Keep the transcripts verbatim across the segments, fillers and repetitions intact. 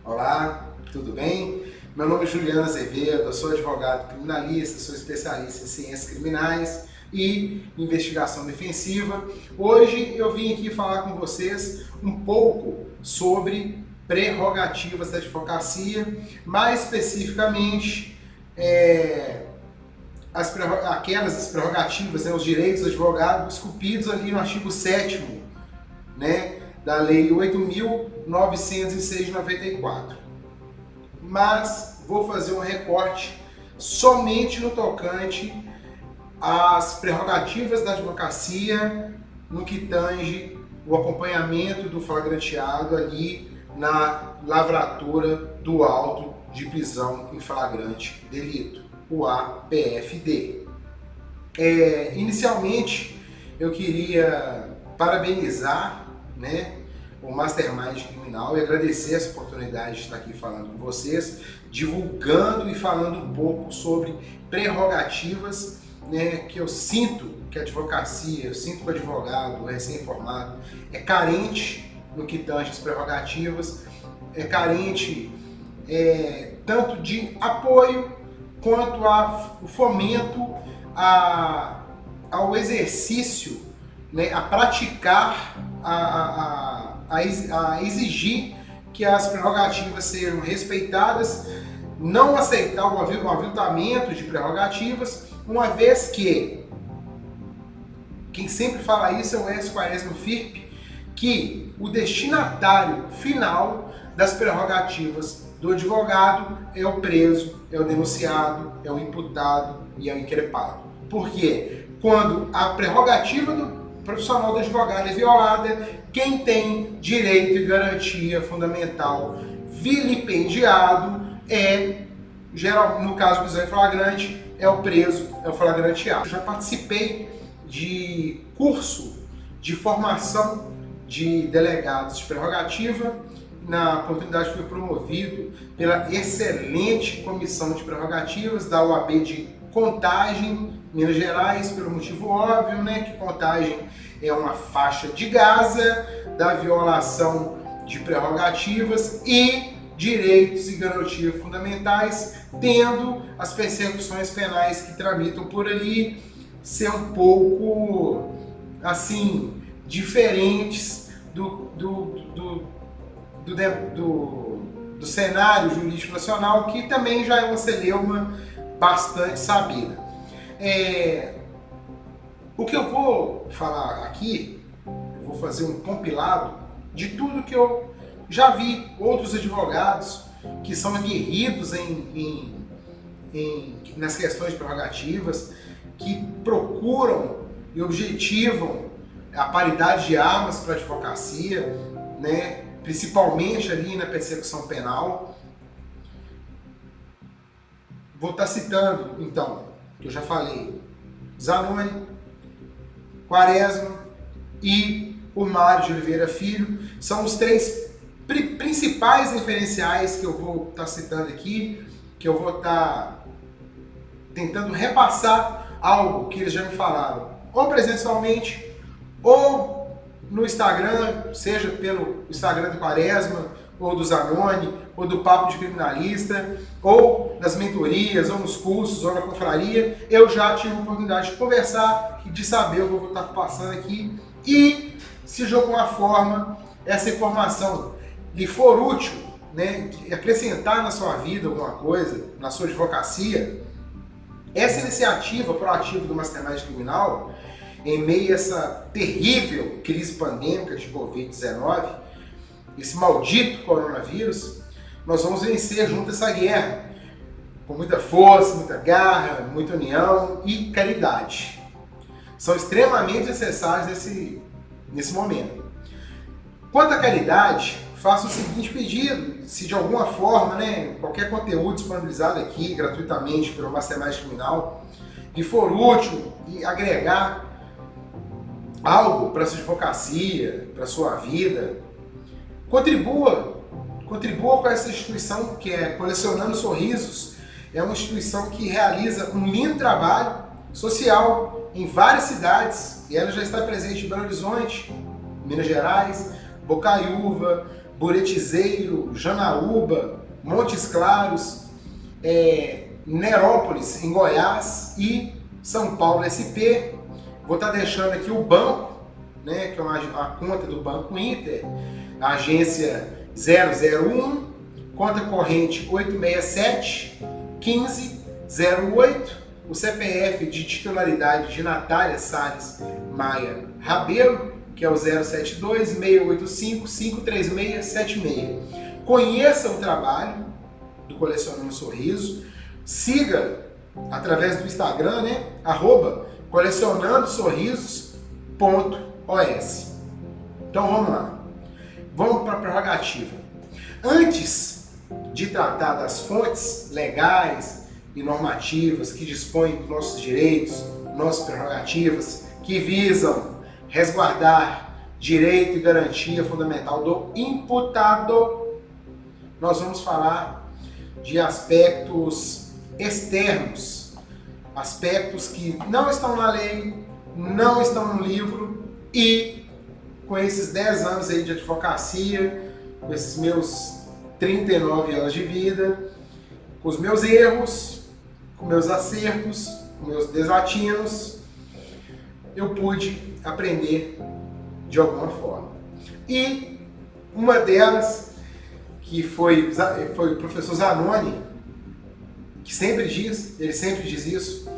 Olá, tudo bem? Meu nome é Juliano Azevedo, eu sou advogado criminalista, sou especialista em ciências criminais e investigação defensiva. Hoje eu vim aqui falar com vocês um pouco sobre prerrogativas da advocacia, mais especificamente é, as aquelas as prerrogativas, né, os direitos do advogado esculpidos ali no artigo sétimo, né, da Lei oito mil novecentos e seis de noventa e quatro. Mas vou fazer um recorte somente no tocante às prerrogativas da advocacia no que tange o acompanhamento do flagranteado ali na lavratura do auto de prisão em flagrante delito, o A P F D. É, inicialmente eu queria parabenizar, né, o Mastermind Criminal e agradecer essa oportunidade de estar aqui falando com vocês, divulgando e falando um pouco sobre prerrogativas, né, que eu sinto que a advocacia, eu sinto que o advogado, o recém-formado, é carente no que tange as prerrogativas, é carente é, tanto de apoio quanto ao fomento a, ao exercício, né, a praticar, a, a, a, a exigir que as prerrogativas sejam respeitadas, não aceitar o aviltamento de prerrogativas, uma vez que, quem sempre fala isso é o Écio Quaresma Firpe, que o destinatário final das prerrogativas do advogado é o preso, é o denunciado, é o imputado e é o increpado. Por quê? Quando a prerrogativa do profissional do advogado é violada, quem tem direito e garantia fundamental vilipendiado é, geral, no caso do prisão em flagrante, é o preso, é o flagranteado. Eu já participei de curso de formação de delegados de prerrogativa. Na oportunidade fui promovido pela excelente comissão de prerrogativas da U A B de Contagem, Minas Gerais, pelo motivo óbvio, né, que Contagem é uma faixa de Gaza da violação de prerrogativas e direitos e garantias fundamentais, tendo as persecuções penais que tramitam por ali ser um pouco, assim, diferentes do, do, do, do, do, do cenário jurídico nacional, que também já é uma celeuma bastante sabida. É, o que eu vou falar aqui, eu vou fazer um compilado de tudo que eu já vi outros advogados que são aguerridos em, em, em, nas questões de prerrogativas, que procuram e objetivam a paridade de armas para a advocacia, né, principalmente ali na persecução penal. Vou estar citando, então, que eu já falei, Zanoni, Quaresma e o Mário de Oliveira Filho, são os três pri principais referenciais que eu vou estar citando aqui, que eu vou estar tentando repassar algo que eles já me falaram, ou presencialmente, ou no Instagram, seja pelo Instagram do Quaresma, ou do Zanoni, ou do Papo de Criminalista, ou nas mentorias, ou nos cursos, ou na confraria. Eu já tive a oportunidade de conversar e de saber o que eu vou estar passando aqui. E se de alguma forma essa informação lhe for útil, né, acrescentar na sua vida alguma coisa, na sua advocacia, essa iniciativa proativa do Mastermind Criminal, em meio a essa terrível crise pandêmica de covid dezenove, esse maldito coronavírus, nós vamos vencer junto essa guerra, com muita força, muita garra, muita união e caridade. São extremamente necessários nesse, nesse momento. Quanto à caridade, faço o seguinte pedido: se de alguma forma, né, qualquer conteúdo disponibilizado aqui gratuitamente pelo Mastermind Criminal, e for útil e agregar algo para a sua advocacia, para a sua vida, contribua, contribua com essa instituição que é Colecionando Sorrisos. É uma instituição que realiza um lindo trabalho social em várias cidades, e ela já está presente em Belo Horizonte, Minas Gerais, Bocaiúva, Buretizeiro, Janaúba, Montes Claros, é, Nerópolis, em Goiás e São Paulo S P. Vou estar deixando aqui o banco, né, que é uma, a conta do Banco Inter, a agência zero zero um, conta corrente oito seis sete, um cinco zero oito, o C P F de titularidade de Natália Salles Maia Rabelo, que é o zero sete dois, seis oito cinco, cinco três seis sete seis. Conheça o trabalho do Colecionando Sorriso, siga através do Instagram, né, arroba colecionando sorrisos ponto O S. Então vamos lá, vamos para a prerrogativa. Antes de tratar das fontes legais e normativas que dispõem dos nossos direitos, nossas prerrogativas, que visam resguardar direito e garantia fundamental do imputado, nós vamos falar de aspectos externos, aspectos que não estão na lei, não estão no livro, e com esses dez anos aí de advocacia, com esses meus trinta e nove anos de vida, com os meus erros, com meus acertos, com meus desatinos, eu pude aprender de alguma forma. E uma delas, que foi, foi o professor Zanoni, que sempre diz, ele sempre diz isso,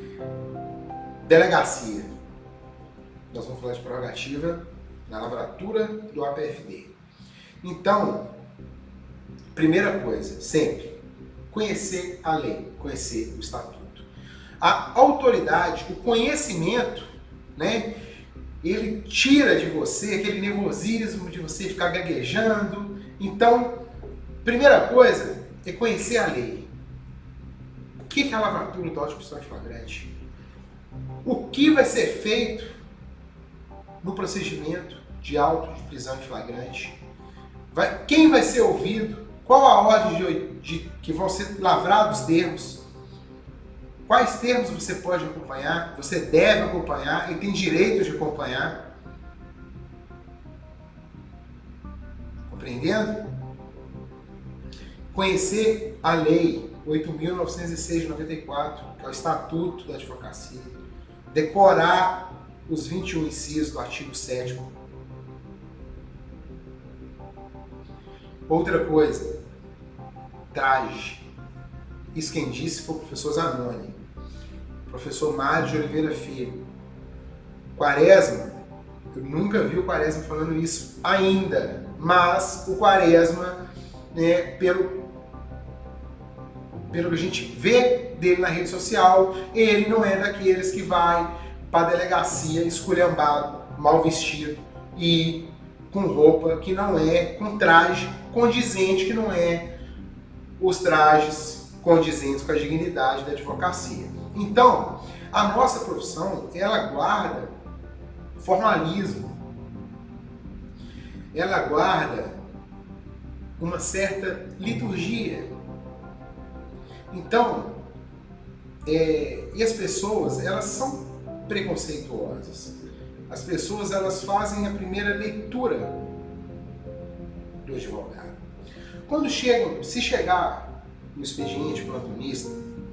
delegacia. Nós vamos falar de prerrogativa na lavratura do A P F D. Então, primeira coisa, sempre, conhecer a lei, conhecer o estatuto. A autoridade, o conhecimento, né, ele tira de você aquele nervosismo de você ficar gaguejando. Então, primeira coisa é conhecer a lei. O que é a lavratura do auto de prisão em flagrante? O que vai ser feito no procedimento de auto de prisão em flagrante? Vai, quem vai ser ouvido? Qual a ordem de, de que vão ser lavrados termos? Quais termos você pode acompanhar? Você deve acompanhar e tem direito de acompanhar. Compreendendo? Conhecer a lei oito mil novecentos e seis de noventa e quatro, que é o Estatuto da Advocacia. Decorar os vinte e um incisos do artigo sétimo. Outra coisa, traje. Isso quem disse foi o professor Zanoni, professor Mário de Oliveira Filho. Quaresma, eu nunca vi o Quaresma falando isso ainda, mas o Quaresma, né, pelo, pelo que a gente vê dele na rede social, ele não é daqueles que vai para a delegacia esculhambado, mal vestido e com roupa que não é, com traje condizente, que não é os trajes condizentes com a dignidade da advocacia. Então, a nossa profissão, ela guarda formalismo, ela guarda uma certa liturgia. Então, é, e as pessoas, elas são preconceituosas. As pessoas, elas fazem a primeira leitura do advogado. Quando chegam, se chegar no expediente plantonista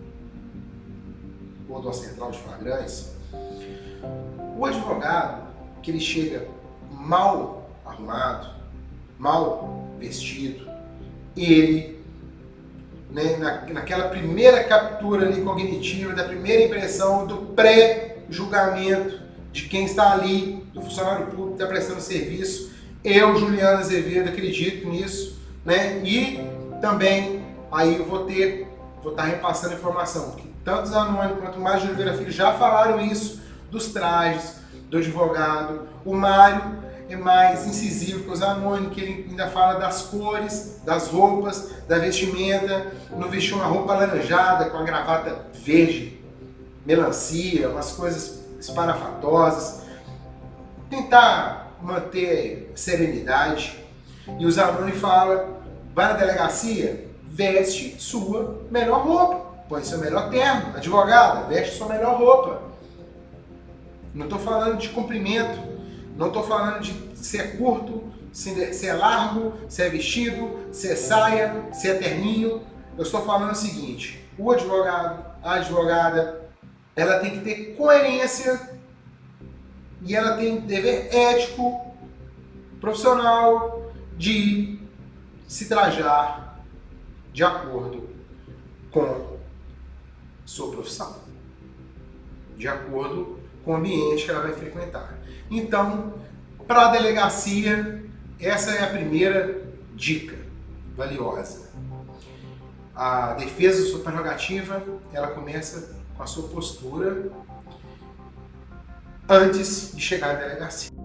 ou da central de flagrantes, o advogado, que ele chega mal arrumado, mal vestido, ele, né, na, naquela primeira captura ali cognitiva, da primeira impressão do pré-julgamento de quem está ali, do funcionário público que está prestando serviço, eu, Juliana Azevedo, acredito nisso, né? E também aí eu vou ter, vou estar repassando informação, que tanto Zanoni quanto o Mário de Oliveira Filho já falaram isso, dos trajes, do advogado. O Mário é mais incisivo que o Zanoni, que ele ainda fala das cores, das roupas, da vestimenta. Não vestiu uma roupa alaranjada com a gravata verde, melancia, umas coisas esparafatosas. Tentar manter serenidade. E o Zanoni fala, vai na delegacia, veste sua melhor roupa, põe seu melhor terno. Advogada, veste sua melhor roupa. Não estou falando de cumprimento, não estou falando de se é curto, se é largo, se é vestido, se é saia, se é terninho. Eu estou falando o seguinte, o advogado, a advogada, ela tem que ter coerência e ela tem um dever ético, profissional, de se trajar de acordo com sua profissão, de acordo com o ambiente que ela vai frequentar. Então, para a delegacia, essa é a primeira dica valiosa. A defesa da sua prerrogativa, ela começa com a sua postura antes de chegar à delegacia.